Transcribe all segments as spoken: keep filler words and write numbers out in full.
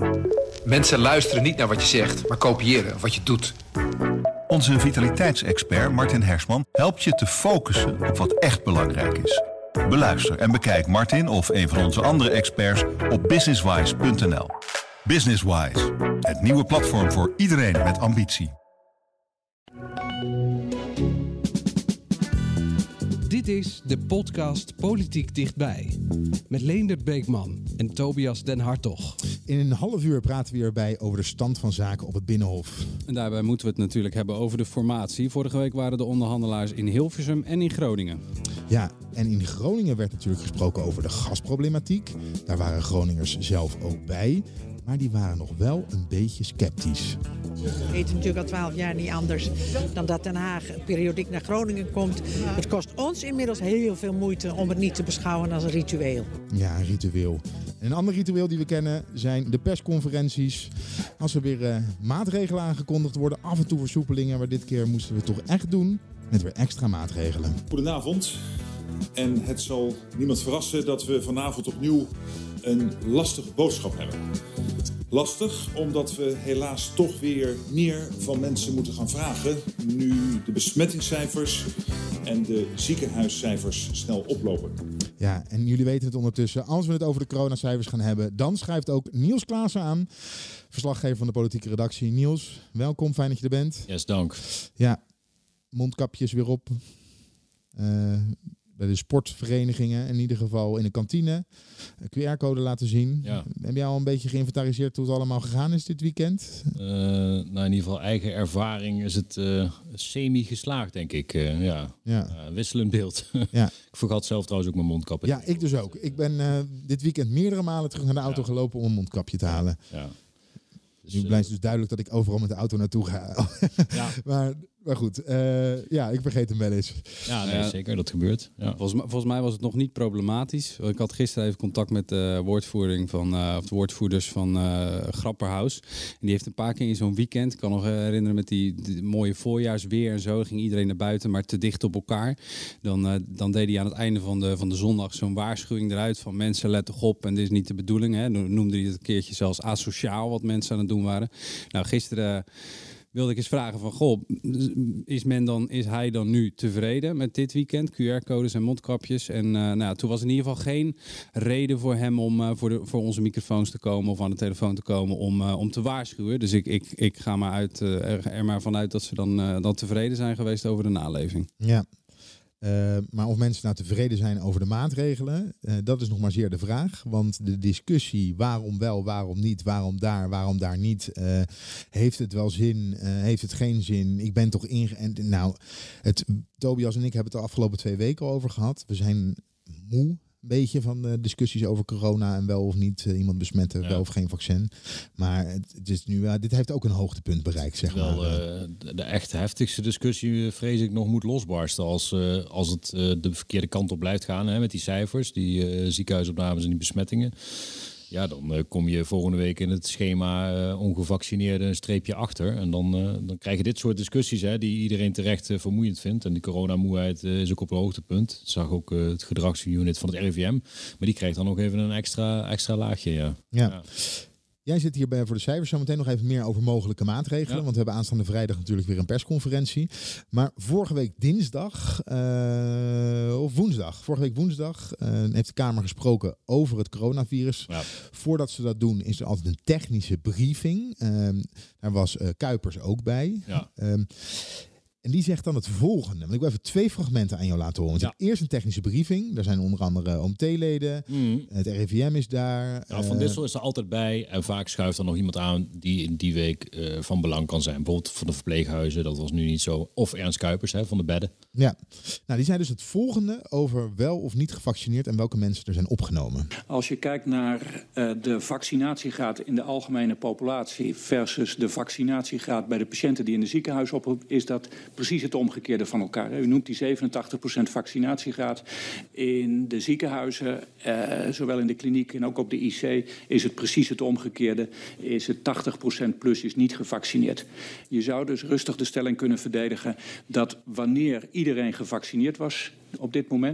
Mensen luisteren niet naar wat je zegt, maar kopiëren wat je doet. Onze vitaliteitsexpert Martin Hersman helpt je te focussen op wat echt belangrijk is. Beluister en bekijk Martin of een van onze andere experts op businesswise punt n l. Businesswise, het nieuwe platform voor iedereen met ambitie. Dit is de podcast Politiek Dichtbij. Met Leendert Beekman en Tobias den Hartog. In een half uur praten we hierbij over de stand van zaken op het Binnenhof. En daarbij moeten we het natuurlijk hebben over de formatie. Vorige week waren de onderhandelaars in Hilversum en in Groningen. Ja, en in Groningen werd natuurlijk gesproken over de gasproblematiek. Daar waren Groningers zelf ook bij. Maar die waren nog wel een beetje sceptisch. We weten natuurlijk al twaalf jaar niet anders dan dat Den Haag periodiek naar Groningen komt. Het kost ons inmiddels heel veel moeite om het niet te beschouwen als een ritueel. Ja, een ritueel. En een ander ritueel die we kennen zijn de persconferenties. Als er weer uh, maatregelen aangekondigd worden, af en toe versoepelingen. Maar dit keer moesten we het toch echt doen met weer extra maatregelen. Goedenavond. En het zal niemand verrassen dat we vanavond opnieuw een lastige boodschap hebben. Lastig, omdat we helaas toch weer meer van mensen moeten gaan vragen, nu de besmettingscijfers en de ziekenhuiscijfers snel oplopen. Ja, en jullie weten het ondertussen. Als we het over de coronacijfers gaan hebben, dan schrijft ook Niels Klaassen aan. Verslaggever van de politieke redactie. Niels, welkom. Fijn dat je er bent. Yes, dank. Ja, mondkapjes weer op. Uh, bij de sportverenigingen, in ieder geval in de kantine. Een Q R-code laten zien. Ja. Heb jij al een beetje geïnventariseerd hoe het allemaal gegaan is dit weekend? Uh, nou, in ieder geval eigen ervaring is het uh, semi-geslaagd, denk ik. Uh, ja, ja. Uh, wisselend beeld. Ja. Ik vergat zelf trouwens ook mijn mondkapje. Ja, ik dus ook. Ik ben uh, dit weekend meerdere malen terug naar de auto ja. gelopen om een mondkapje te halen. Ja. Dus, nu blijft dus duidelijk dat ik overal met de auto naartoe ga. Ja. maar, maar goed, uh, ja, ik vergeet hem wel eens. Ja, nee, uh, zeker, dat gebeurt. Ja. Volgens, volgens mij was het nog niet problematisch. Ik had gisteren even contact met de woordvoering van, uh, of de woordvoerders van uh, Grapperhaus. En die heeft een paar keer in zo'n weekend, ik kan nog herinneren met die, die mooie voorjaarsweer en zo, ging iedereen naar buiten, maar te dicht op elkaar. Dan, uh, dan deed hij aan het einde van de, van de zondag zo'n waarschuwing eruit van mensen, let toch op en dit is niet de bedoeling. Hè. Dan noemde hij het een keertje zelfs asociaal wat mensen aan het doen waren. Nou, gisteren uh, wilde ik eens vragen van, goh, is, men dan, is hij dan nu tevreden met dit weekend? Q R-codes en mondkapjes. En uh, nou, toen was in ieder geval geen reden voor hem om uh, voor, de, voor onze microfoons te komen of aan de telefoon te komen om, uh, om te waarschuwen. Dus ik, ik, ik ga maar uit, uh, er, er maar vanuit dat ze dan, uh, dan tevreden zijn geweest over de naleving. Ja. Uh, maar of mensen nou tevreden zijn over de maatregelen, uh, dat is nog maar zeer de vraag. Want de discussie waarom wel, waarom niet, waarom daar, waarom daar niet. Uh, heeft het wel zin, uh, heeft het geen zin? Ik ben toch ingeënt. Nou, het, Tobias en ik hebben het de afgelopen twee weken al over gehad. We zijn moe. Een beetje van de discussies over corona en wel of niet uh, iemand besmetten, ja. wel of geen vaccin. Maar het, het is nu, uh, dit heeft ook een hoogtepunt bereikt, zeg wel, maar. Uh, de, de echt heftigste discussie, vrees ik, nog moet losbarsten als, uh, als het uh, de verkeerde kant op blijft gaan, hè, met die cijfers, die uh, ziekenhuisopnames en die besmettingen. Ja, dan uh, kom je volgende week in het schema uh, ongevaccineerden een streepje achter. En dan, uh, dan krijg je dit soort discussies, hè, die iedereen terecht uh, vermoeiend vindt. En die coronamoeheid uh, is ook op een hoogtepunt. Dat zag ook uh, het gedragsunit van het R I V M. Maar die krijgt dan nog even een extra, extra laagje. Ja. Ja. ja. Jij zit hierbij voor de cijfers. Zometeen nog even meer over mogelijke maatregelen. Ja. Want we hebben aanstaande vrijdag natuurlijk weer een persconferentie. Maar vorige week dinsdag, uh, of woensdag, vorige week woensdag, uh, heeft de Kamer gesproken over het coronavirus. Ja. Voordat ze dat doen is er altijd een technische briefing. Uh, daar was uh, Kuipers ook bij. Ja. Uh, En die zegt dan het volgende. Want ik wil even twee fragmenten aan jou laten horen. Ja. Eerst een technische briefing. Daar zijn onder andere O M T-leden. Mm. Het R I V M is daar. Nou, Van Dissel is er altijd bij. En vaak schuift er nog iemand aan die in die week uh, van belang kan zijn. Bijvoorbeeld van de verpleeghuizen. Dat was nu niet zo. Of Ernst Kuipers, hè, van de bedden. Ja. Nou, die zei dus het volgende over wel of niet gevaccineerd en welke mensen er zijn opgenomen. Als je kijkt naar uh, de vaccinatiegraad in de algemene populatie versus de vaccinatiegraad bij de patiënten die in de ziekenhuis op, is dat precies het omgekeerde van elkaar. U noemt die zevenentachtig procent vaccinatiegraad. In de ziekenhuizen, uh, zowel in de kliniek en ook op de I C, is het precies het omgekeerde. Is het tachtig procent plus is niet gevaccineerd. Je zou dus rustig de stelling kunnen verdedigen dat wanneer iedereen gevaccineerd was op dit moment,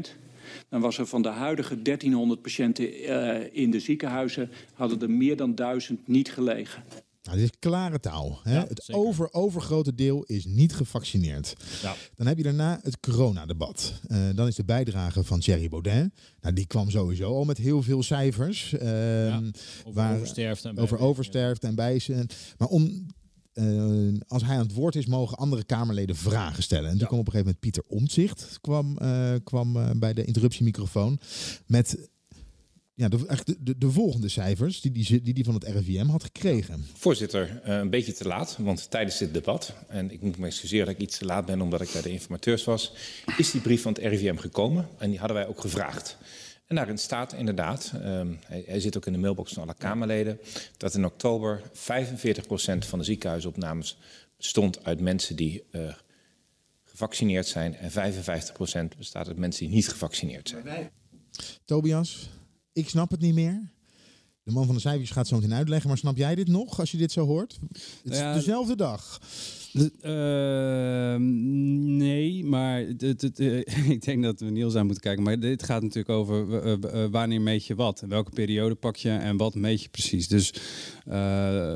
dan was er van de huidige dertienhonderd patiënten uh, in de ziekenhuizen, hadden er meer dan duizend niet gelegen. Nou, dit is klare taal. Hè? Ja, het over, overgrote deel is niet gevaccineerd. Ja. Dan heb je daarna het coronadebat. Uh, dan is de bijdrage van Thierry Baudet. Nou, die kwam sowieso al met heel veel cijfers. Uh, ja, over waar, oversterfte en over oversterfte en bijzen. Maar om... Uh, als hij aan het woord is, mogen andere Kamerleden vragen stellen. En toen ja. kwam op een gegeven moment Pieter Omtzigt kwam, uh, kwam uh, bij de interruptiemicrofoon met ja, de, de, de, de volgende cijfers die die, die die van het R I V M had gekregen. Voorzitter, uh, een beetje te laat, want tijdens dit debat, en ik moet me excuseren dat ik iets te laat ben omdat ik bij de informateurs was, is die brief van het R I V M gekomen en die hadden wij ook gevraagd. En daarin staat inderdaad, um, hij, hij zit ook in de mailbox van alle Kamerleden, dat in oktober vijfenveertig procent van de ziekenhuisopnames bestond uit mensen die uh, gevaccineerd zijn en vijfenvijftig procent bestaat uit mensen die niet gevaccineerd zijn. Tobias, ik snap het niet meer. De man van de cijfers gaat zo meteen uitleggen, maar snap jij dit nog als je dit zo hoort? Het is ja, dezelfde dag. Uh, nee, maar het, het, uh, ik denk dat we Niels aan moeten kijken. Maar dit gaat natuurlijk over uh, uh, wanneer meet je wat? En welke periode pak je en wat meet je precies? Dus uh,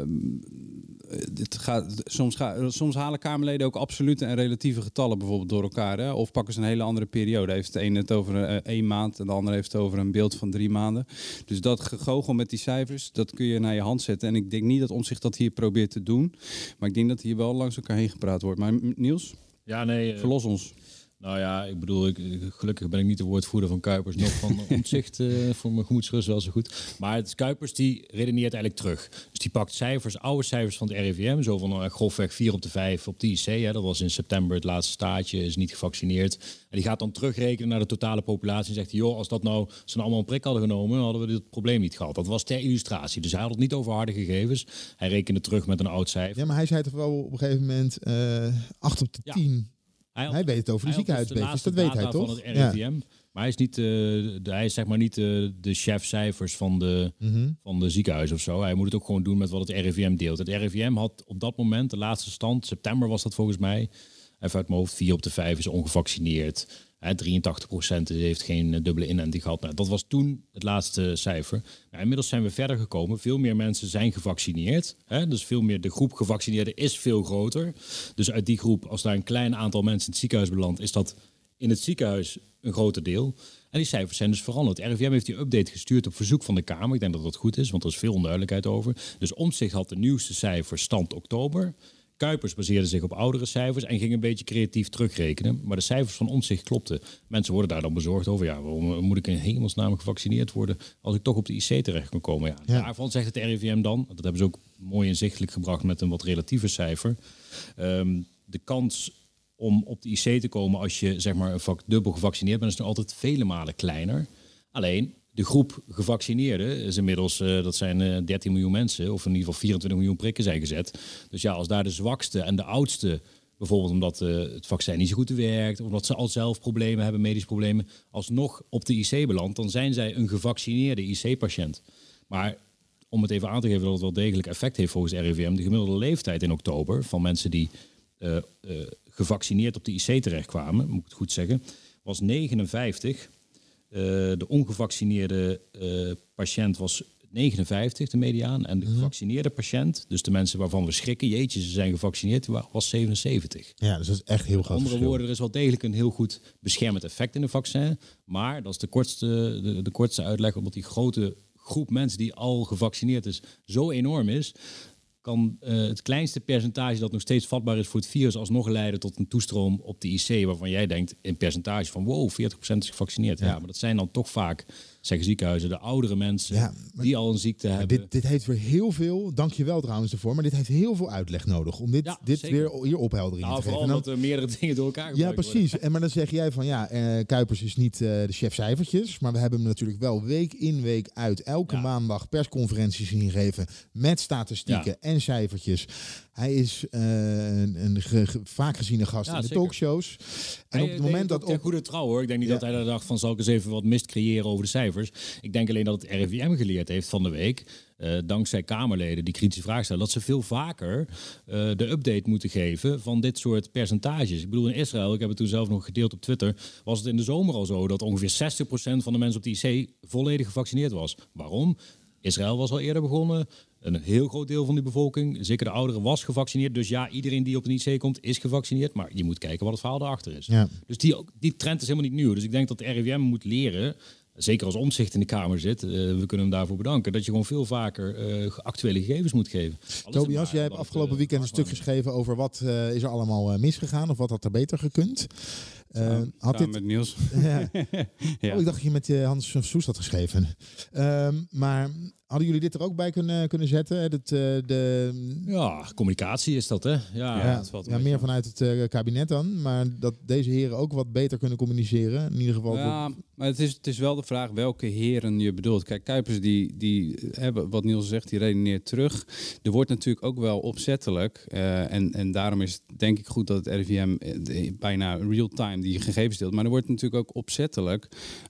het gaat, soms, ga, soms halen Kamerleden ook absolute en relatieve getallen bijvoorbeeld door elkaar. Hè? Of pakken ze een hele andere periode. Heeft de ene het over uh, één maand en de andere heeft het over een beeld van drie maanden. Dus dat gegoochel met die cijfers, dat kun je naar je hand zetten. En ik denk niet dat Omtzigt dat hier probeert te doen. Maar ik denk dat hier wel langs elkaar heen gepraat wordt. Maar Niels, ja, nee, verlos ons. Nou ja, ik bedoel, ik, gelukkig ben ik niet de woordvoerder van Kuipers, nog van Omtzigt uh, voor mijn gemoedsrust wel zo goed. Maar het Kuipers die redeneert eigenlijk terug. Dus die pakt cijfers, oude cijfers van het R I V M, zo van uh, grofweg vier op de vijf op de I C. Hè, dat was in september het laatste staartje, is niet gevaccineerd. En die gaat dan terugrekenen naar de totale populatie en zegt, joh, als dat nou, ze allemaal een prik hadden genomen, hadden we dit probleem niet gehad. Dat was ter illustratie. Dus hij had het niet over harde gegevens. Hij rekende terug met een oud cijfer. Ja, maar hij zei toch wel op een gegeven moment uh, acht op de tien. Ja. Hij, had, hij weet het over de ziekenhuisbeetjes, dat weet hij toch? Van het R I V M. Ja. Maar hij is niet, uh, de, hij is zeg maar niet uh, de chefcijfers van de, mm-hmm. van de ziekenhuis of zo. Hij moet het ook gewoon doen met wat het R I V M deelt. Het R I V M had op dat moment, de laatste stand, september was dat volgens mij, even uit mijn hoofd, vier op de vijf is ongevaccineerd. Hè, drieëntachtig procent heeft geen dubbele inenting gehad. Nou, dat was toen het laatste cijfer. Nou, inmiddels zijn we verder gekomen. Veel meer mensen zijn gevaccineerd. Hè, dus veel meer, de groep gevaccineerden is veel groter. Dus uit die groep, als daar een klein aantal mensen in het ziekenhuis belandt, is dat in het ziekenhuis een groter deel. En die cijfers zijn dus veranderd. R I V M heeft die update gestuurd op verzoek van de Kamer. Ik denk dat dat goed is, want er is veel onduidelijkheid over. Dus Omtzigt had de nieuwste cijfers stand oktober. Kuipers baseerde zich op oudere cijfers en ging een beetje creatief terugrekenen. Maar de cijfers van Omtzigt klopten. Mensen worden daar dan bezorgd over. Ja, waarom moet ik in hemelsnaam gevaccineerd worden als ik toch op de I C terecht kan komen? Ja, ja. Daarvan zegt het R I V M dan, dat hebben ze ook mooi inzichtelijk gebracht met een wat relatieve cijfer. Um, de kans om op de I C te komen als je zeg maar dubbel gevaccineerd bent, is nog altijd vele malen kleiner. Alleen de groep gevaccineerden is inmiddels, uh, dat zijn uh, dertien miljoen mensen, of in ieder geval vierentwintig miljoen prikken zijn gezet. Dus ja, als daar de zwakste en de oudste, bijvoorbeeld omdat uh, het vaccin niet zo goed werkt, of omdat ze al zelf problemen hebben, medische problemen, alsnog op de I C belandt, dan zijn zij een gevaccineerde I C-patiënt. Maar om het even aan te geven dat het wel degelijk effect heeft volgens R I V M, de gemiddelde leeftijd in oktober van mensen die uh, uh, gevaccineerd op de I C terechtkwamen, moet ik het goed zeggen, was negenenvijftig. Uh, de ongevaccineerde uh, patiënt was negenenvijftig, de mediaan. En de gevaccineerde patiënt, dus de mensen waarvan we schrikken, jeetje, ze zijn gevaccineerd, was zevenenzeventig. Ja, dus dat is echt heel groot. Met andere verschil. woorden, er is wel degelijk een heel goed beschermend effect in een vaccin. Maar, dat is de kortste, de, de kortste uitleg, omdat die grote groep mensen die al gevaccineerd is, zo enorm is, kan uh, het kleinste percentage dat nog steeds vatbaar is voor het virus alsnog leiden tot een toestroom op de I C, waarvan jij denkt in percentage van wow, veertig procent is gevaccineerd. Ja. ja, maar dat zijn dan toch vaak, zeggen ziekenhuizen, de oudere mensen ja, maar, die al een ziekte hebben. Dit, dit heeft weer heel veel, dank je wel trouwens ervoor, maar dit heeft heel veel uitleg nodig om dit, ja, dit weer hier opheldering nou, te geven. Vooral omdat er meerdere dingen door elkaar Ja, precies. Worden. En maar dan zeg jij van ja, uh, Kuipers is niet uh, de chef cijfertjes, maar we hebben hem natuurlijk wel week in week uit elke ja. maandag persconferenties zien geven met statistieken ja. en cijfertjes. Hij is uh, een, een ge, ge, vaak geziene gast ja, in de zeker. talkshows. En hij, op het moment dat... Ter goede trouw hoor. Ik denk niet ja. dat hij daar dacht van zal ik eens even wat mist creëren over de cijfers. Ik denk alleen dat het R I V M geleerd heeft van de week. uh, dankzij Kamerleden die kritische vragen stellen, dat ze veel vaker uh, de update moeten geven van dit soort percentages. Ik bedoel, in Israël, ik heb het toen zelf nog gedeeld op Twitter, was het in de zomer al zo dat ongeveer zestig procent van de mensen op de I C volledig gevaccineerd was. Waarom? Israël was al eerder begonnen. Een heel groot deel van die bevolking, zeker de ouderen, was gevaccineerd. Dus ja, iedereen die op een I C komt, is gevaccineerd. Maar je moet kijken wat het verhaal daarachter is. Ja. Dus die, die trend is helemaal niet nieuw. Dus ik denk dat de R I V M moet leren, zeker als Omtzigt in de Kamer zit, uh, we kunnen hem daarvoor bedanken, dat je gewoon veel vaker uh, actuele gegevens moet geven. Alles Tobias, jij hebt afgelopen weekend een stuk geschreven over wat uh, is er allemaal uh, misgegaan of wat had er beter gekund. Uh, Samen, had samen dit... met Niels. ja. Ja. Oh, ik dacht dat je met uh, Hans Soest had geschreven. Um, maar hadden jullie dit er ook bij kunnen, kunnen zetten? Dat, uh, de... Ja, communicatie is dat, hè? Ja, ja, dat valt ja meer vanuit het uh, kabinet dan. Maar dat deze heren ook wat beter kunnen communiceren. In ieder geval. Ja, maar het is, het is wel de vraag welke heren je bedoelt. Kijk, Kuipers, die, die hebben, wat Niels zegt, die redeneert terug. Er wordt natuurlijk ook wel opzettelijk. Uh, en, en daarom is het denk ik goed dat het R I V M uh, bijna real-time die gegevens deelt. Maar er wordt natuurlijk ook opzettelijk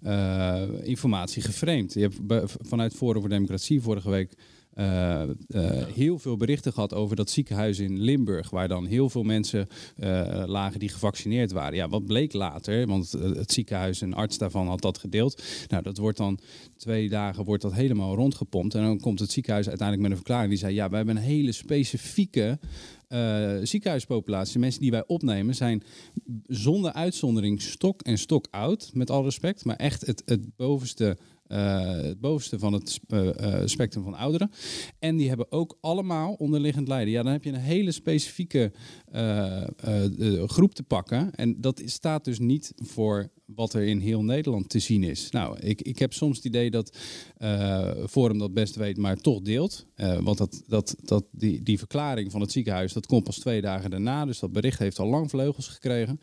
uh, informatie geframed. Je hebt be, vanuit Forum voor Democratie vorige week Uh, uh, heel veel berichten gehad over dat ziekenhuis in Limburg, waar dan heel veel mensen uh, lagen die gevaccineerd waren. Ja, wat bleek later, want uh, het ziekenhuis, een arts daarvan had dat gedeeld. Nou, dat wordt dan twee dagen wordt dat helemaal rondgepompt en dan komt het ziekenhuis uiteindelijk met een verklaring die zei, ja, we hebben een hele specifieke Uh, ziekenhuispopulatie, de mensen die wij opnemen, zijn zonder uitzondering stok en stok oud, met alle respect, maar echt het, het bovenste Uh, het bovenste van het uh, uh, spectrum van ouderen. En die hebben ook allemaal onderliggend lijden. Ja, dan heb je een hele specifieke uh, uh, uh, groep te pakken. En dat staat dus niet voor wat er in heel Nederland te zien is. Nou, ik, ik heb soms het idee dat uh, Forum dat best weet, maar toch deelt. Uh, want dat, dat, dat die, die verklaring van het ziekenhuis, dat komt pas twee dagen daarna. Dus dat bericht heeft al lang vleugels gekregen.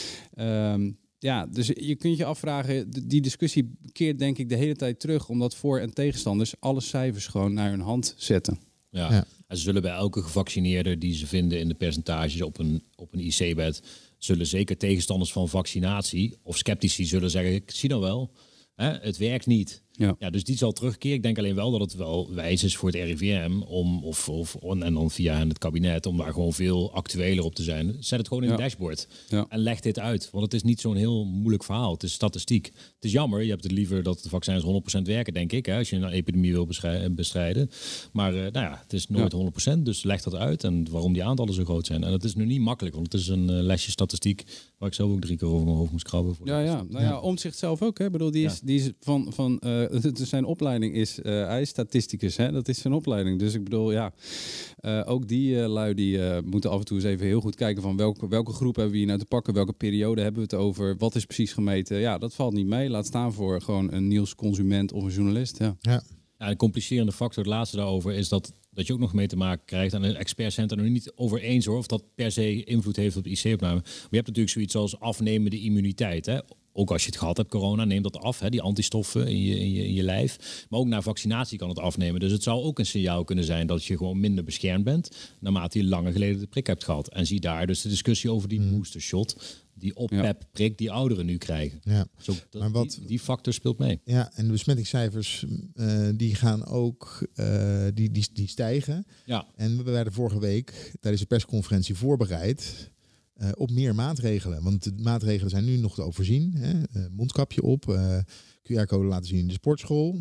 Um, Ja, dus je kunt je afvragen, die discussie keert denk ik de hele tijd terug, omdat voor- en tegenstanders alle cijfers gewoon naar hun hand zetten. Ja, ja. En ze zullen bij elke gevaccineerde die ze vinden in de percentages op een, op een I C-bed, zullen zeker tegenstanders van vaccinatie of sceptici zullen zeggen, ik zie nou wel, hè, het werkt niet. Ja. Ja, dus die zal terugkeren. Ik denk alleen wel dat het wel wijs is voor het R I V M om, of, of en dan via het kabinet, om daar gewoon veel actueler op te zijn. Zet het gewoon in ja. het dashboard ja. en leg dit uit. Want het is niet zo'n heel moeilijk verhaal. Het is statistiek. Het is jammer. Je hebt het liever dat de vaccins honderd procent werken, denk ik, hè, als je een epidemie wil bestrijden. Maar uh, nou ja, het is nooit ja. honderd procent. Dus leg dat uit en waarom die aantallen zo groot zijn. En dat is nu niet makkelijk, want het is een uh, lesje statistiek waar ik zelf ook drie keer over mijn hoofd moest krabben. Voor ja, ja. Nou ja, Omtzigt zelf ook. Hè. Ik bedoel, die is, ja. die is van... van uh, zijn opleiding is, uh, hij is statisticus, hè? Dat is zijn opleiding. Dus ik bedoel, ja, uh, ook die uh, lui die uh, moeten af en toe eens even heel goed kijken van welke, welke groep hebben we hier nou te pakken, welke periode hebben we het over, wat is precies gemeten. Ja, dat valt niet mee. Laat staan voor gewoon een nieuwsconsument of een journalist. Ja. Ja. Ja, de complicerende factor, het laatste daarover, is dat, dat je ook nog mee te maken krijgt. En de experts zijn het er nog niet over eens hoor, of dat per se invloed heeft op de I C-opname. Maar je hebt natuurlijk zoiets als afnemende immuniteit, hè. Ook als je het gehad hebt, corona, neemt dat af, hè, die antistoffen in je, in, je, in je lijf. Maar ook na vaccinatie kan het afnemen. Dus het zou ook een signaal kunnen zijn dat je gewoon minder beschermd bent, naarmate je langer geleden de prik hebt gehad. En zie daar dus de discussie over die mm. boostershot, die oppep-prik die ouderen nu krijgen. Ja. Zo, dat, maar wat, die, die factor speelt mee. Ja, en de besmettingscijfers uh, die gaan ook, uh, die, die, die stijgen. Ja. En we werden vorige week tijdens de persconferentie voorbereid Uh, op meer maatregelen. Want de maatregelen zijn nu nog te overzien. Hè? Uh, mondkapje op, uh, Q R-code laten zien in de sportschool.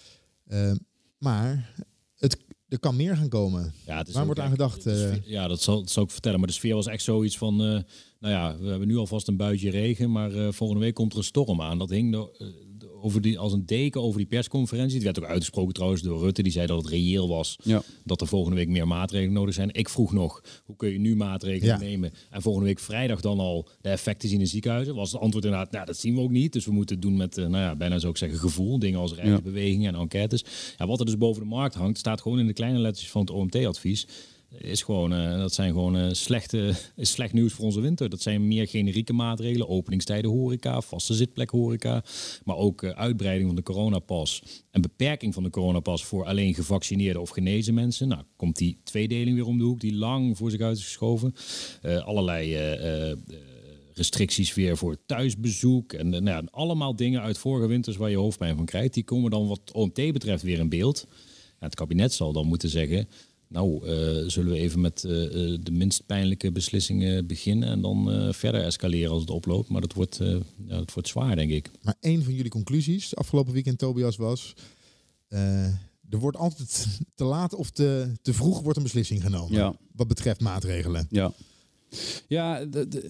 Uh, maar het, er kan meer gaan komen. Ja, het is Waar wordt aan gedacht? Uh... Sfeer, ja, dat zal, dat zal ik vertellen. Maar de sfeer was echt zoiets van, uh, nou ja, we hebben nu alvast een buitje regen, maar uh, volgende week komt er een storm aan. Dat hing door, uh, over die, als een deken over die persconferentie. Het werd ook uitgesproken trouwens door Rutte. Die zei dat het reëel was ja. dat er volgende week meer maatregelen nodig zijn. Ik vroeg nog, hoe kun je nu maatregelen ja. nemen? En volgende week vrijdag dan al de effecten zien in ziekenhuizen? Was het antwoord inderdaad, nou dat zien we ook niet. Dus we moeten het doen met, uh, nou ja, bijna zou ik zeggen gevoel. Dingen als reisbewegingen en enquêtes. Ja, wat er dus boven de markt hangt, staat gewoon in de kleine letters van het O M T-advies. Is gewoon, uh, dat zijn gewoon uh, slechte, is slecht nieuws voor onze winter. Dat zijn meer generieke maatregelen, openingstijden horeca, vaste zitplek horeca, maar ook uh, uitbreiding van de coronapas en beperking van de coronapas voor alleen gevaccineerde of genezen mensen. Nou, komt die tweedeling weer om de hoek, die lang voor zich uit is geschoven. Uh, allerlei uh, uh, restricties weer voor thuisbezoek en uh, nou ja, allemaal dingen uit vorige winters waar je hoofdpijn van krijgt. Die komen dan wat O M T betreft weer in beeld. het kabinet zal dan moeten zeggen... nou, uh, zullen we even met uh, de minst pijnlijke beslissingen beginnen... en dan uh, verder escaleren als het oploopt. Maar dat wordt, uh, ja, dat wordt zwaar, denk ik. Maar een van jullie conclusies afgelopen weekend, Tobias, was... Uh, er wordt altijd te laat of te, te vroeg wordt een beslissing genomen. Ja. Wat betreft maatregelen. Ja. Ja, de, de,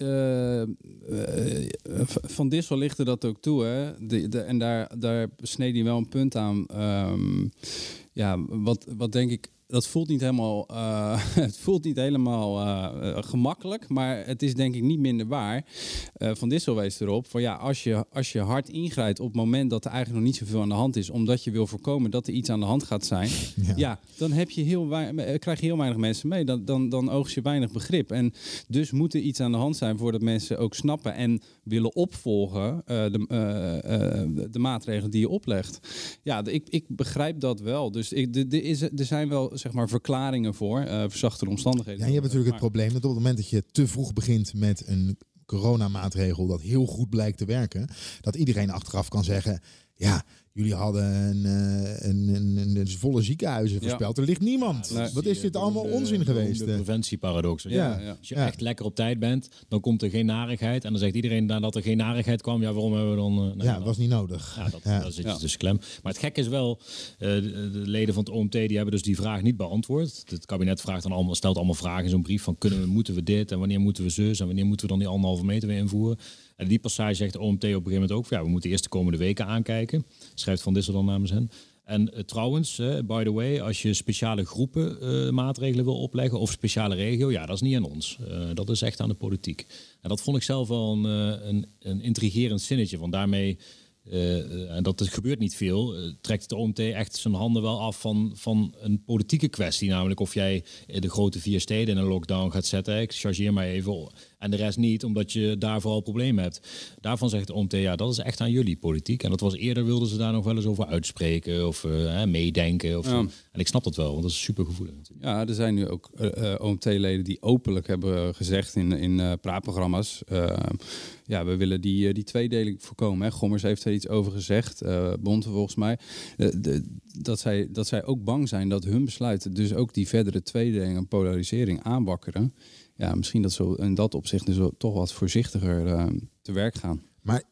uh, uh, Van Dissel lichtte dat ook toe. Hè? De, de, en daar, daar sneed hij wel een punt aan. Um, ja, wat, wat denk ik... Dat voelt niet helemaal, uh, het voelt niet helemaal uh, gemakkelijk, maar het is denk ik niet minder waar. Uh, Van Dissel wees erop van ja, als je, als je hard ingrijpt op het moment dat er eigenlijk nog niet zoveel aan de hand is, omdat je wil voorkomen dat er iets aan de hand gaat zijn, ja, ja dan heb je heel wei- krijg je heel weinig mensen mee. Dan, dan, dan oogst je weinig begrip. En dus moet er iets aan de hand zijn voordat mensen ook snappen en willen opvolgen uh, de, uh, uh, de maatregelen die je oplegt. Ja, ik, ik begrijp dat wel. Dus ik, de, de is, er zijn wel zeg maar verklaringen voor, uh, verzachte omstandigheden. Ja, je hebt natuurlijk het probleem dat op het moment dat je te vroeg begint met een coronamaatregel dat heel goed blijkt te werken, dat iedereen achteraf kan zeggen, ja, jullie hadden een, een, een, een, een volle ziekenhuizen voorspeld. Ja. Er ligt niemand. Ja, nee, Wat is dit allemaal de, onzin geweest? De preventieparadox. Ja, ja, ja. Als je ja. echt lekker op tijd bent, dan komt er geen narigheid. En dan zegt iedereen dat er geen narigheid kwam. Ja, waarom hebben we dan... Uh, nou, ja, dat was niet nodig. Ja, dat, ja. daar zit je ja. dus klem. Maar het gekke is wel, uh, de, de leden van het O M T die hebben dus die vraag niet beantwoord. Het kabinet vraagt dan allemaal, stelt allemaal vragen in zo'n brief van kunnen we, moeten we dit en wanneer moeten we zus en wanneer moeten we dan die anderhalve meter weer invoeren. En die passage zegt de O M T op een gegeven moment ook, ja, we moeten eerst de komende weken aankijken. Schrijft Van Dissel dan namens hen. En uh, trouwens, uh, by the way, als je speciale groepen uh, maatregelen wil opleggen of speciale regio, ja, dat is niet aan ons. Uh, dat is echt aan de politiek. En dat vond ik zelf wel een, uh, een, een intrigerend zinnetje, want daarmee... Uh, uh, en dat gebeurt niet veel, uh, trekt de O M T echt zijn handen wel af van, van een politieke kwestie. Namelijk of jij de grote vier steden in een lockdown gaat zetten. Ik chargeer maar even. En de rest niet, omdat je daar vooral problemen hebt. Daarvan zegt de O M T, ja, dat is echt aan jullie politiek. En dat was eerder, wilden ze daar nog wel eens over uitspreken of uh, meedenken. Of ja. En ik snap dat wel, want dat is super gevoelig natuurlijk. Ja, er zijn nu ook uh, O M T-leden die openlijk hebben gezegd in, in uh, praatprogramma's. Uh, ja, we willen die, uh, die tweedeling voorkomen. Hè. Gommers heeft er iets over gezegd, uh, Bonte volgens mij. Uh, de, dat, zij, dat zij ook bang zijn dat hun besluiten dus ook die verdere tweedeling en polarisering aanwakkeren. Ja, misschien dat ze in dat opzicht dus toch wat voorzichtiger uh, te werk gaan. Maar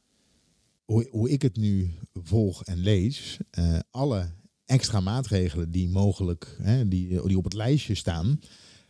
hoe, hoe ik het nu volg en lees, uh, alle extra maatregelen die mogelijk, hè, die, die op het lijstje staan,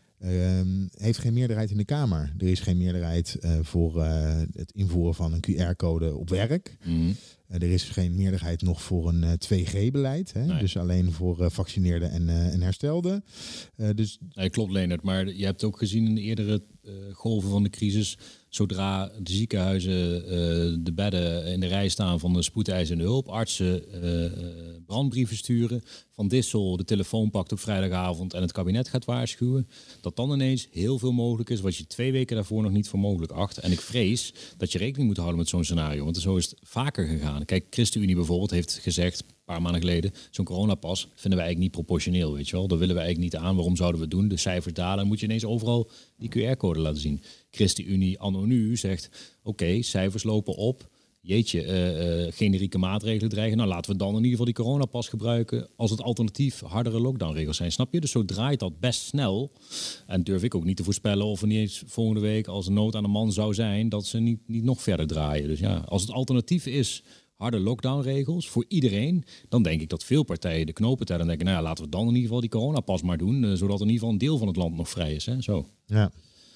uh, heeft geen meerderheid in de Kamer. Er is geen meerderheid uh, voor uh, het invoeren van een Q R-code op werk. Mm. Uh, er is geen meerderheid nog voor een uh, twee G-beleid. Hè? Nee. Dus alleen voor uh, vaccineerden en, uh, en herstelden. Uh, dus... Nee, klopt, Leonard. Maar je hebt ook gezien in de eerdere uh, golven van de crisis, zodra de ziekenhuizen uh, de bedden in de rij staan van de spoedeisende hulp, artsen uh, brandbrieven sturen, Van Dissel de telefoon pakt op vrijdagavond en het kabinet gaat waarschuwen, dat dan ineens heel veel mogelijk is wat je twee weken daarvoor nog niet voor mogelijk acht. En ik vrees dat je rekening moet houden met zo'n scenario, want zo is het vaker gegaan. Kijk, ChristenUnie bijvoorbeeld heeft gezegd, een paar maanden geleden, zo'n coronapas vinden we eigenlijk niet proportioneel, weet je wel. Dat willen we eigenlijk niet aan. Waarom zouden we het doen? De cijfers dalen. Dan moet je ineens overal die Q R-code laten zien. ChristenUnie anno nu zegt, oké, okay, cijfers lopen op. Jeetje, uh, uh, generieke maatregelen dreigen. Nou, laten we dan in ieder geval die coronapas gebruiken als het alternatief hardere lockdownregels zijn. Snap je? Dus zo draait dat best snel. En durf ik ook niet te voorspellen of er niet eens volgende week, als er nood aan de man zou zijn, dat ze niet, niet nog verder draaien. Dus ja, als het alternatief is harde lockdownregels voor iedereen, dan denk ik dat veel partijen de knopen tellen en denken, nou ja, laten we dan in ieder geval die coronapas maar doen, uh, zodat in ieder geval een deel van het land nog vrij is. Hè? Zo. Ja.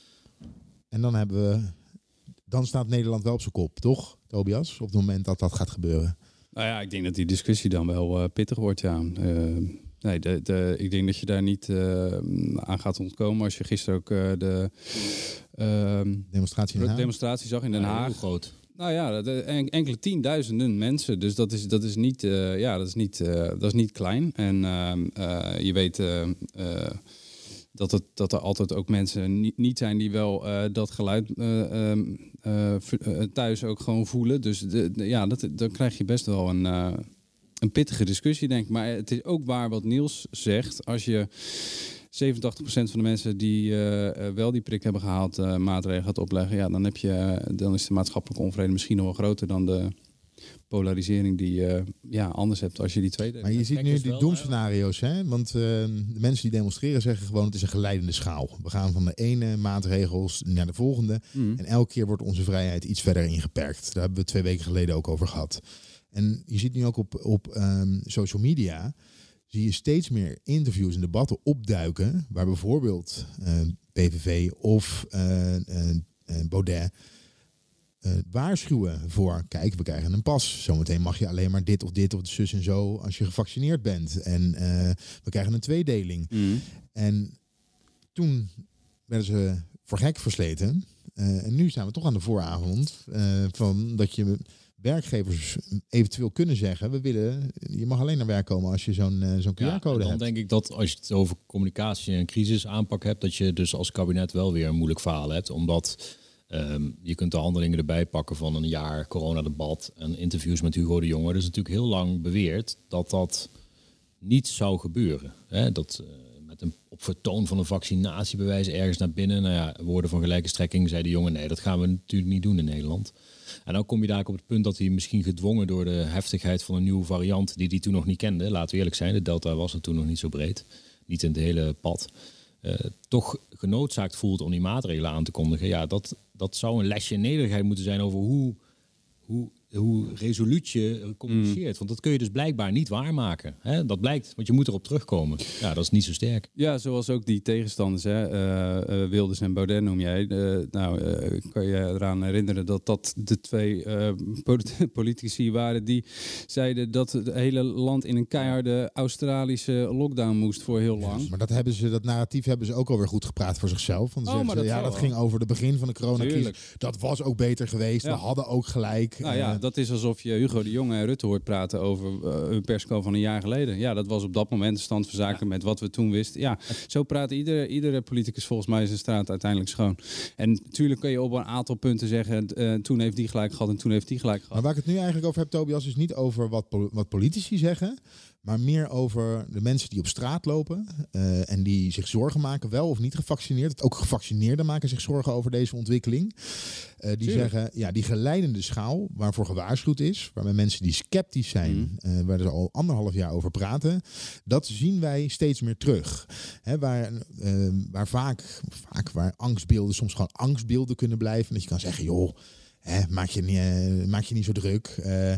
En dan hebben we, dan staat Nederland wel op zijn kop, toch, Tobias? Op het moment dat dat gaat gebeuren. Nou ja, ik denk dat die discussie dan wel uh, pittig wordt, ja. Uh, nee, de, de, ik denk dat je daar niet uh, aan gaat ontkomen. Als je gisteren ook uh, de uh, demonstratie, in demonstratie zag in Den Haag. Ja, heel groot. Nou ja, enkele tienduizenden mensen. Dus dat is, dat is, niet, uh, ja, dat is, niet, uh, dat is niet klein. En uh, uh, je weet uh, uh, dat, het, dat er altijd ook mensen niet, niet zijn die wel uh, dat geluid uh, uh, uh, thuis ook gewoon voelen. Dus de, de, ja, dat, dan krijg je best wel een, uh, een pittige discussie, denk ik. Maar het is ook waar wat Niels zegt. Als je zevenentachtig procent van de mensen die uh, wel die prik hebben gehaald uh, maatregelen gaat opleggen, ja, dan, heb je, dan is de maatschappelijke onvrede misschien nog wel groter dan de, polarisering die je uh, ja, anders hebt als je die tweede... Maar je ziet nu die doemscenario's, hè? Want uh, de mensen die demonstreren zeggen gewoon het is een geleidende schaal. We gaan van de ene maatregels naar de volgende. Mm. En elke keer wordt onze vrijheid iets verder ingeperkt. Daar hebben we twee weken geleden ook over gehad. En je ziet nu ook op, op um, social media... zie je steeds meer interviews en debatten opduiken... waar bijvoorbeeld uh, P V V of uh, uh, uh, Baudet... Uh, waarschuwen voor, kijk, we krijgen een pas. Zometeen mag je alleen maar dit of dit of zus en zo als je gevaccineerd bent. En uh, we krijgen een tweedeling. Mm. En toen werden ze voor gek versleten. Uh, en nu staan we toch aan de vooravond uh, van dat je werkgevers eventueel kunnen zeggen, we willen, je mag alleen naar werk komen als je zo'n uh, zo'n Q R-code ja, dan hebt. denk ik dat als je het over communicatie en crisisaanpak hebt, dat je dus als kabinet wel weer een moeilijk verhaal hebt, omdat Um, je kunt de handelingen erbij pakken van een jaar coronadebat en interviews met Hugo de Jonge. Er is natuurlijk heel lang beweerd dat dat niet zou gebeuren. Hè? Dat uh, met een op vertoon van een vaccinatiebewijs ergens naar binnen, nou ja, woorden van gelijke strekking, zei de jongen, nee, dat gaan we natuurlijk niet doen in Nederland. En dan kom je daar op het punt dat hij misschien gedwongen door de heftigheid van een nieuwe variant, die hij toen nog niet kende, laten we eerlijk zijn, de Delta was er toen nog niet zo breed, niet in het hele pad, uh, toch genoodzaakt voelt om die maatregelen aan te kondigen. Ja, dat, dat zou een lesje in nederigheid moeten zijn over hoe, hoe, hoe resoluut je communiceert. Mm. Want dat kun je dus blijkbaar niet waarmaken. Hè? Dat blijkt, want je moet erop terugkomen. Ja, dat is niet zo sterk. Ja, zoals ook die tegenstanders, hè? Uh, uh, Wilders en Baudet noem jij. Uh, nou, uh, kan je eraan herinneren dat dat de twee uh, politici waren die zeiden dat het hele land in een keiharde Australische lockdown moest voor heel lang. Ja, maar dat, hebben ze, dat narratief hebben ze ook alweer goed gepraat voor zichzelf. Want oh, maar dat, ze, ja, dat ging over de begin van de coronacrisis. Dat was ook beter geweest. Ja. We hadden ook gelijk. Nou ja, dat is alsof je Hugo de Jonge en Rutte hoort praten over uh, een persco van een jaar geleden. Ja, dat was op dat moment de stand van zaken ja. met wat we toen wisten. Ja, zo praat iedere, iedere politicus volgens mij zijn straat uiteindelijk schoon. En natuurlijk kun je op een aantal punten zeggen, uh, toen heeft die gelijk gehad en toen heeft die gelijk gehad. Maar waar ik het nu eigenlijk over heb, Tobias, is niet over wat, wat politici zeggen, maar meer over de mensen die op straat lopen uh, en die zich zorgen maken, wel of niet gevaccineerd. Ook gevaccineerden maken zich zorgen over deze ontwikkeling. Uh, die Tuurlijk. zeggen, ja, die geleidende schaal waarvoor gewaarschuwd is, waarbij mensen die sceptisch zijn, mm. uh, waar ze al anderhalf jaar over praten, dat zien wij steeds meer terug. Hè, waar, uh, waar vaak, vaak waar angstbeelden soms gewoon angstbeelden kunnen blijven. Dat je kan zeggen, joh, hè, maak, je niet, uh, maak je niet zo druk. Uh,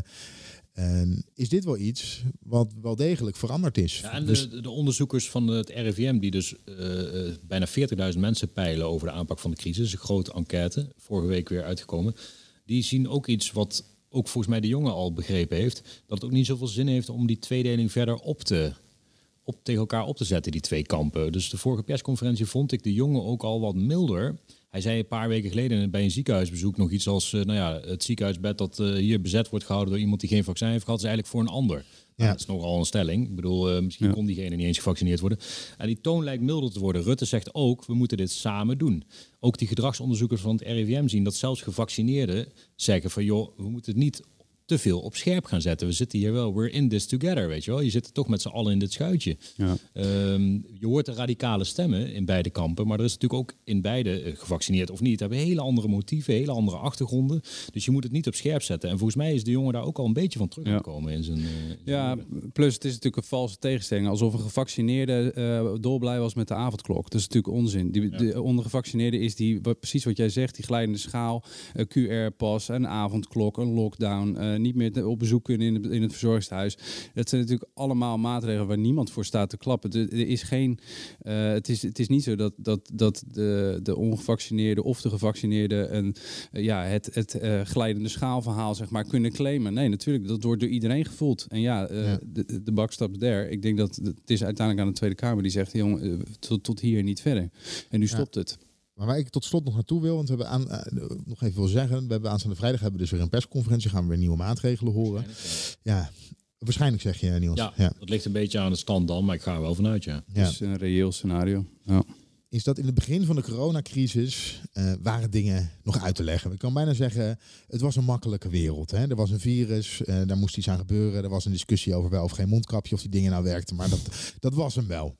En is dit wel iets wat wel degelijk veranderd is? Ja, en de, dus de onderzoekers van het R I V M die dus uh, uh, bijna veertigduizend mensen peilen over de aanpak van de crisis, een grote enquête, vorige week weer uitgekomen, die zien ook iets wat ook volgens mij de jongen al begrepen heeft, dat het ook niet zoveel zin heeft om die tweedeling verder op te, op, tegen elkaar op te zetten, die twee kampen. Dus de vorige persconferentie vond ik de jongen ook al wat milder. Hij zei een paar weken geleden bij een ziekenhuisbezoek nog iets als, uh, nou ja, het ziekenhuisbed dat uh, hier bezet wordt gehouden door iemand die geen vaccin heeft gehad, is eigenlijk voor een ander. Ja. Nou, dat is nogal een stelling. Ik bedoel, uh, misschien ja. kon diegene niet eens gevaccineerd worden. En die toon lijkt milder te worden. Rutte zegt ook, we moeten dit samen doen. Ook die gedragsonderzoekers van het R I V M zien dat zelfs gevaccineerden zeggen van, joh, we moeten het niet te veel op scherp gaan zetten. We zitten hier wel, we're in this together, weet je wel. Je zit er toch met z'n allen in dit schuitje. Ja. Um, je hoort de radicale stemmen in beide kampen, maar er is natuurlijk ook in beide, uh, gevaccineerd of niet, hebben hele andere motieven, hele andere achtergronden. Dus je moet het niet op scherp zetten. En volgens mij is de jongen daar ook al een beetje van teruggekomen ja. in zijn... Uh, in ja, zijn plus het is natuurlijk een valse tegenstelling. Alsof een gevaccineerde uh, dolblij was met de avondklok. Dat is natuurlijk onzin. Die, ja. De ondergevaccineerde is die, wat, precies wat jij zegt, die glijdende schaal, uh, Q R-pas, een avondklok, een lockdown, uh, niet meer op bezoek kunnen in het, in het verzorgingstehuis. Dat zijn natuurlijk allemaal maatregelen waar niemand voor staat te klappen. Er, er is geen, uh, het, is, het is niet zo dat, dat, dat de, de ongevaccineerde of de gevaccineerde een, uh, ja, het, het uh, glijdende schaalverhaal zeg maar, kunnen claimen. Nee, natuurlijk, dat wordt door iedereen gevoeld. En ja, uh, ja. de, de bak stapt there. Ik denk dat het is uiteindelijk aan de Tweede Kamer die zegt, jongen, uh, tot, tot hier niet verder. En nu stopt ja. het. Maar waar ik tot slot nog naartoe wil, want we hebben aan, uh, nog even wil zeggen, we hebben aanstaande vrijdag hebben we dus weer een persconferentie, gaan we weer nieuwe maatregelen horen. Ja, ja waarschijnlijk zeg je, Niels. Ja, ja, dat ligt een beetje aan de stand dan, maar ik ga er wel vanuit, ja. Het ja. is een reëel scenario. Ja. is dat in het begin van de coronacrisis uh, waren dingen nog uit te leggen. Ik kan bijna zeggen, het was een makkelijke wereld. Hè? Er was een virus, uh, daar moest iets aan gebeuren. Er was een discussie over wel of geen mondkapje, of die dingen nou werkten. Maar dat, dat was hem wel.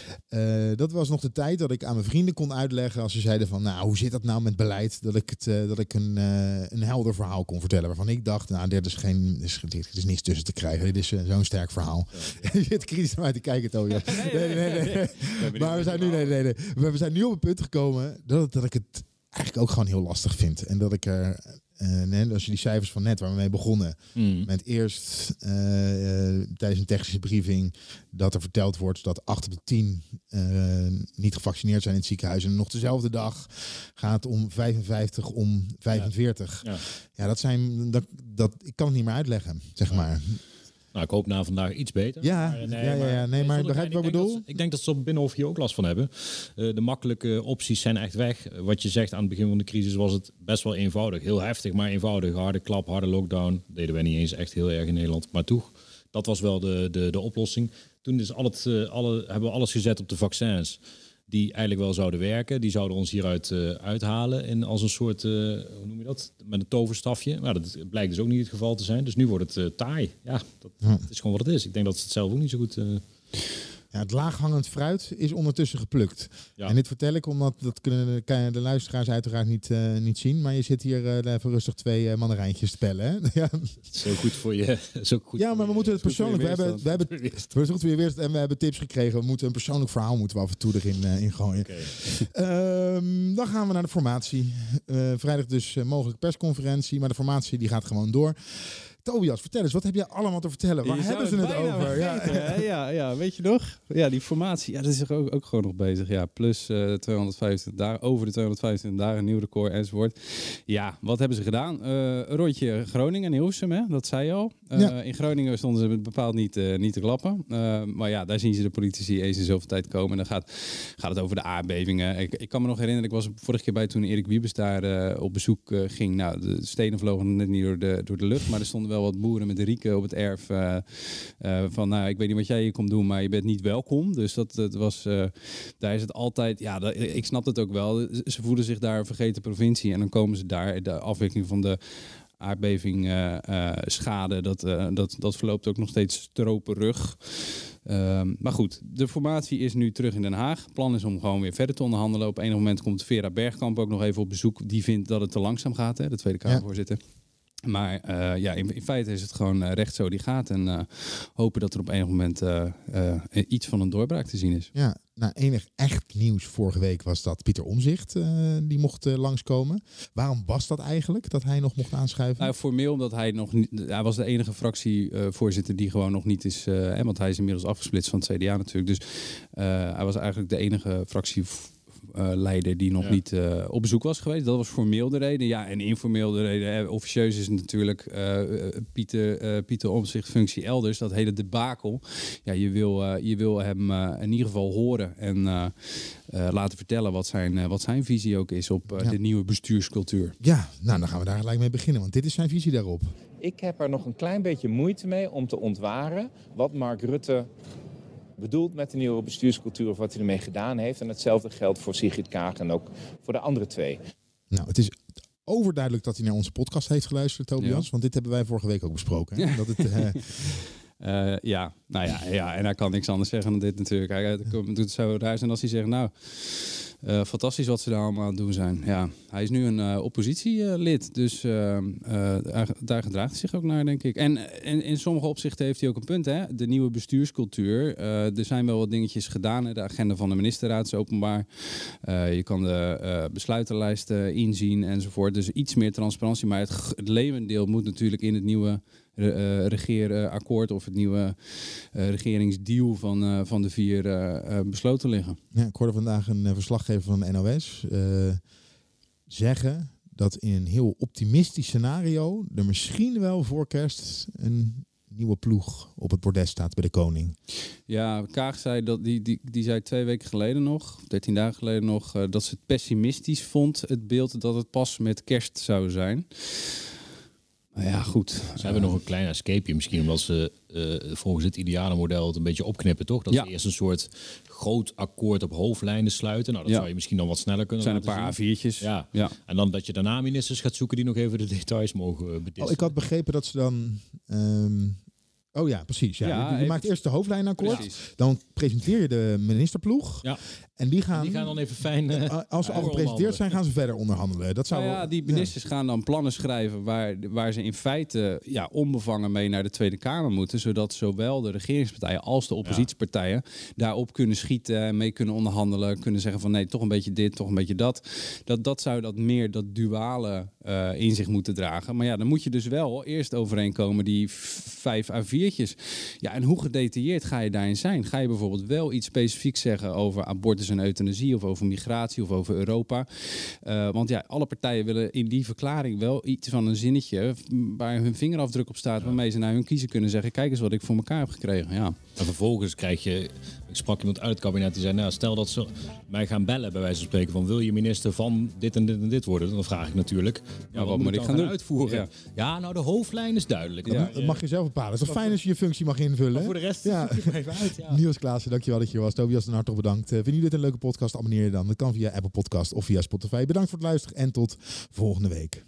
Uh, dat was nog de tijd dat ik aan mijn vrienden kon uitleggen als ze zeiden van, nou, hoe zit dat nou met beleid? Dat ik, het, uh, dat ik een, uh, een helder verhaal kon vertellen. Waarvan ik dacht, nou, dit is, geen, dit is, dit is niks tussen te krijgen. Dit is uh, zo'n sterk verhaal. Ja. Je zit kritisch naar mij te kijken, Tobias. Nee, nee, nee. nee, nee. nee. Maar we zijn nu, nee, nee, nee. We zijn nu op het punt gekomen dat, dat ik het eigenlijk ook gewoon heel lastig vind. En dat ik er, uh, nee, als je die cijfers van net waar we mee begonnen, mm. met eerst uh, uh, tijdens een technische briefing dat er verteld wordt dat acht op de tien uh, niet gevaccineerd zijn in het ziekenhuis. En nog dezelfde dag gaat het om vijfenvijftig, om vijfenveertig. Ja, ja. ja dat zijn, dat, dat, ik kan het niet meer uitleggen, zeg ja. maar. Nou, ik hoop na vandaag iets beter. Ja, maar, nee, ja, ja, ja. nee, maar begrijp je wat ik bedoel? Dat, ik denk dat ze op Binnenhof hier ook last van hebben. Uh, de makkelijke opties zijn echt weg. Wat je zegt, aan het begin van de crisis was het best wel eenvoudig. Heel heftig, maar eenvoudig. Harde klap, harde lockdown. Dat deden wij niet eens echt heel erg in Nederland. Maar toch, dat was wel de, de, de oplossing. Toen is al het, uh, alle, hebben we alles gezet op de vaccins. Die eigenlijk wel zouden werken. Die zouden ons hieruit uh, uithalen. En als een soort, uh, hoe noem je dat? Met een toverstafje. Maar dat blijkt dus ook niet het geval te zijn. Dus nu wordt het uh, taai. Ja, dat, ja. dat is gewoon wat het is. Ik denk dat ze het zelf ook niet zo goed... Uh... Ja, het laaghangend fruit is ondertussen geplukt. Ja. En dit vertel ik omdat, dat kunnen de, de luisteraars uiteraard niet, uh, niet zien. Maar je zit hier uh, even rustig twee uh, mandarijntjes te pellen. Hè? Ja. Zo goed voor je. Zo goed ja, maar we moeten het persoonlijk... We hebben, we hebben, we hebben weer weer en we hebben tips gekregen. We moeten een persoonlijk verhaal moeten we af en toe erin uh, in gooien. Okay. um, dan gaan we naar de formatie. Uh, vrijdag dus uh, mogelijk persconferentie. Maar de formatie die gaat gewoon door. Tobias, vertel eens, wat heb jij allemaal te vertellen? Waar hebben ze het, het over? Ja. ja, ja, weet je nog? Ja, die formatie, ja, dat is ook, ook gewoon nog bezig. Ja, plus uh, tweehonderdvijfentwintig dagen, over de tweehonderdvijfentwintig dagen, nieuw record enzovoort. Ja, wat hebben ze gedaan? Uh, een rondje Groningen en Hilversum, hè? Dat zei je al. Uh, ja. In Groningen stonden ze bepaald niet, uh, niet te klappen. Uh, maar ja, daar zien ze de politici eens in zoveel tijd komen. En dan gaat, gaat het over de aardbevingen. Ik, ik kan me nog herinneren, ik was vorige keer bij toen Erik Wiebes daar uh, op bezoek uh, ging. Nou, de stenen vlogen net niet door de, door de lucht, maar er stonden wel wat boeren met de rieken op het erf uh, uh, van, nou, ik weet niet wat jij hier komt doen, maar je bent niet welkom. Dus dat, dat was, uh, daar is het altijd, ja, dat, ik snap het ook wel. Ze voelen zich daar een vergeten provincie en dan komen ze daar, de afwikkeling van de aardbeving uh, uh, schade, dat, uh, dat, dat verloopt ook nog steeds stroperig. Uh, maar goed, de formatie is nu terug in Den Haag. Het plan is om gewoon weer verder te onderhandelen. Op enig moment komt Vera Bergkamp ook nog even op bezoek. Die vindt dat het te langzaam gaat, hè, de Tweede Kamervoorzitter. Ja. Maar uh, ja, in, in feite is het gewoon uh, recht zo die gaat. En uh, hopen dat er op enig moment uh, uh, iets van een doorbraak te zien is. Ja, nou, enig echt nieuws vorige week was dat Pieter Omtzigt uh, die mocht uh, langskomen. Waarom was dat eigenlijk, dat hij nog mocht aanschuiven? Nou, formeel omdat hij nog niet... Hij was de enige fractievoorzitter uh, die gewoon nog niet is... Uh, hè, want hij is inmiddels afgesplitst van het C D A natuurlijk. Dus uh, hij was eigenlijk de enige fractie... Uh, leider die nog ja. niet uh, op bezoek was geweest. Dat was formeel de reden. Ja, en informeel de reden. Eh, officieus is natuurlijk uh, Pieter, uh, Pieter Omtzigt functie elders. Dat hele debakel. Ja, je wil, uh, je wil hem uh, in ieder geval horen en uh, uh, laten vertellen wat zijn, uh, wat zijn visie ook is op uh, ja. de nieuwe bestuurscultuur. Ja, nou dan gaan we daar gelijk mee beginnen, want dit is zijn visie daarop. Ik heb er nog een klein beetje moeite mee om te ontwaren wat Mark Rutte bedoeld met de nieuwe bestuurscultuur of wat hij ermee gedaan heeft. En hetzelfde geldt voor Sigrid Kaag en ook voor de andere twee. Nou, het is overduidelijk dat hij naar onze podcast heeft geluisterd, Tobias. Ja. Want dit hebben wij vorige week ook besproken. Hè? Ja. Dat het, uh... uh, ja, nou ja, ja, en hij kan niks anders zeggen dan dit natuurlijk. Hij doet het zo raar zijn als hij zegt, nou... Uh, fantastisch wat ze daar allemaal aan het doen zijn. Ja, hij is nu een uh, oppositielid, dus uh, uh, daar gedraagt hij zich ook naar, denk ik. En, en in sommige opzichten heeft hij ook een punt, hè? De nieuwe bestuurscultuur. Uh, er zijn wel wat dingetjes gedaan. Hè? De agenda van de ministerraad is openbaar. Uh, je kan de uh, besluitenlijsten inzien enzovoort. Dus iets meer transparantie. Maar het, het levendeel moet natuurlijk in het nieuwe Uh, regeerakkoord of het nieuwe uh, regeringsdeal van, uh, van de vier uh, uh, besloten liggen. Ja, ik hoorde vandaag een uh, verslaggever van de N O S uh, zeggen dat in een heel optimistisch scenario er misschien wel voor kerst een nieuwe ploeg op het bordes staat bij de koning. Ja, Kaag zei dat die, die, die zei twee weken geleden nog, dertien dagen geleden nog, uh, dat ze het pessimistisch vond, het beeld dat het pas met kerst zou zijn. Nou ja, goed. Ze hebben nog een klein escapeje misschien, omdat ze uh, volgens het ideale model het een beetje opknippen, toch? Dat ja. ze eerst een soort groot akkoord op hoofdlijnen sluiten. Nou, dat ja. zou je misschien dan wat sneller kunnen zijn. Zijn een paar A viertjes. Ja. ja. En dan dat je daarna ministers gaat zoeken die nog even de details mogen bedisten. Oh, ik had begrepen dat ze dan... Um... Oh ja, precies. Ja. ja je, je even... maakt eerst de hoofdlijnakkoord. Precies. Dan presenteer je de ministerploeg. Ja. En die gaan, en die gaan dan even fijn... Uh, als ze al gepresenteerd zijn, gaan ze verder onderhandelen. Dat zou nou ja, wel, die ministers ja. gaan dan plannen schrijven... Waar, waar ze in feite ja, onbevangen mee naar de Tweede Kamer moeten. Zodat zowel de regeringspartijen als de oppositiepartijen... Ja. daarop kunnen schieten, mee kunnen onderhandelen. Kunnen zeggen van nee, toch een beetje dit, toch een beetje dat. Dat, dat zou dat meer dat duale uh, in zich moeten dragen. Maar ja, dan moet je dus wel eerst overeenkomen die vijf A viertjes. Ja, en hoe gedetailleerd ga je daarin zijn? Ga je bijvoorbeeld wel iets specifieks zeggen over abortus en euthanasie of over migratie of over Europa? Uh, want ja, alle partijen willen in die verklaring wel iets van een zinnetje waar hun vingerafdruk op staat, waarmee ze naar hun kiezer kunnen zeggen, kijk eens wat ik voor elkaar heb gekregen. Ja. En vervolgens krijg je, ik sprak iemand uit het kabinet die zei, nou, stel dat ze mij gaan bellen bij wijze van spreken van wil je minister van dit en dit en dit worden? Dan vraag ik natuurlijk, ja, ja, wat, wat moet ik, ik gaan doen? Uitvoeren? Ja. ja, nou de hoofdlijn is duidelijk. Ja, dat mag je zelf bepalen. Het is toch fijn als je je functie mag invullen. Maar voor de rest ja. je even uit. Ja. Niels Klaassen, dankjewel dat je hier was. Tobias den Hartog, bedankt. Uh, vind je dit een leuke podcast? Abonneer je dan. Dat kan via Apple Podcast of via Spotify. Bedankt voor het luisteren en tot volgende week.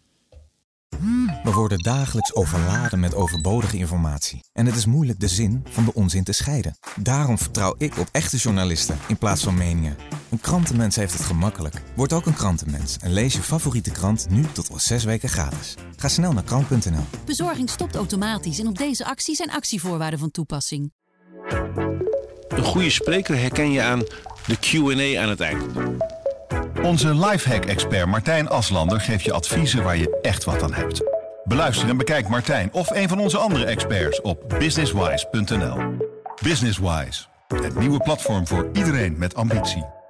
We worden dagelijks overladen met overbodige informatie. En het is moeilijk de zin van de onzin te scheiden. Daarom vertrouw ik op echte journalisten in plaats van meningen. Een krantenmens heeft het gemakkelijk. Word ook een krantenmens en lees je favoriete krant nu tot wel zes weken gratis. Ga snel naar krant punt n l. Bezorging stopt automatisch en op deze actie zijn actievoorwaarden van toepassing. Een goede spreker herken je aan de Q en A aan het eind. Onze lifehack-expert Martijn Aslander geeft je adviezen waar je echt wat aan hebt. Beluister en bekijk Martijn of een van onze andere experts op businesswise punt n l. Businesswise, het nieuwe platform voor iedereen met ambitie.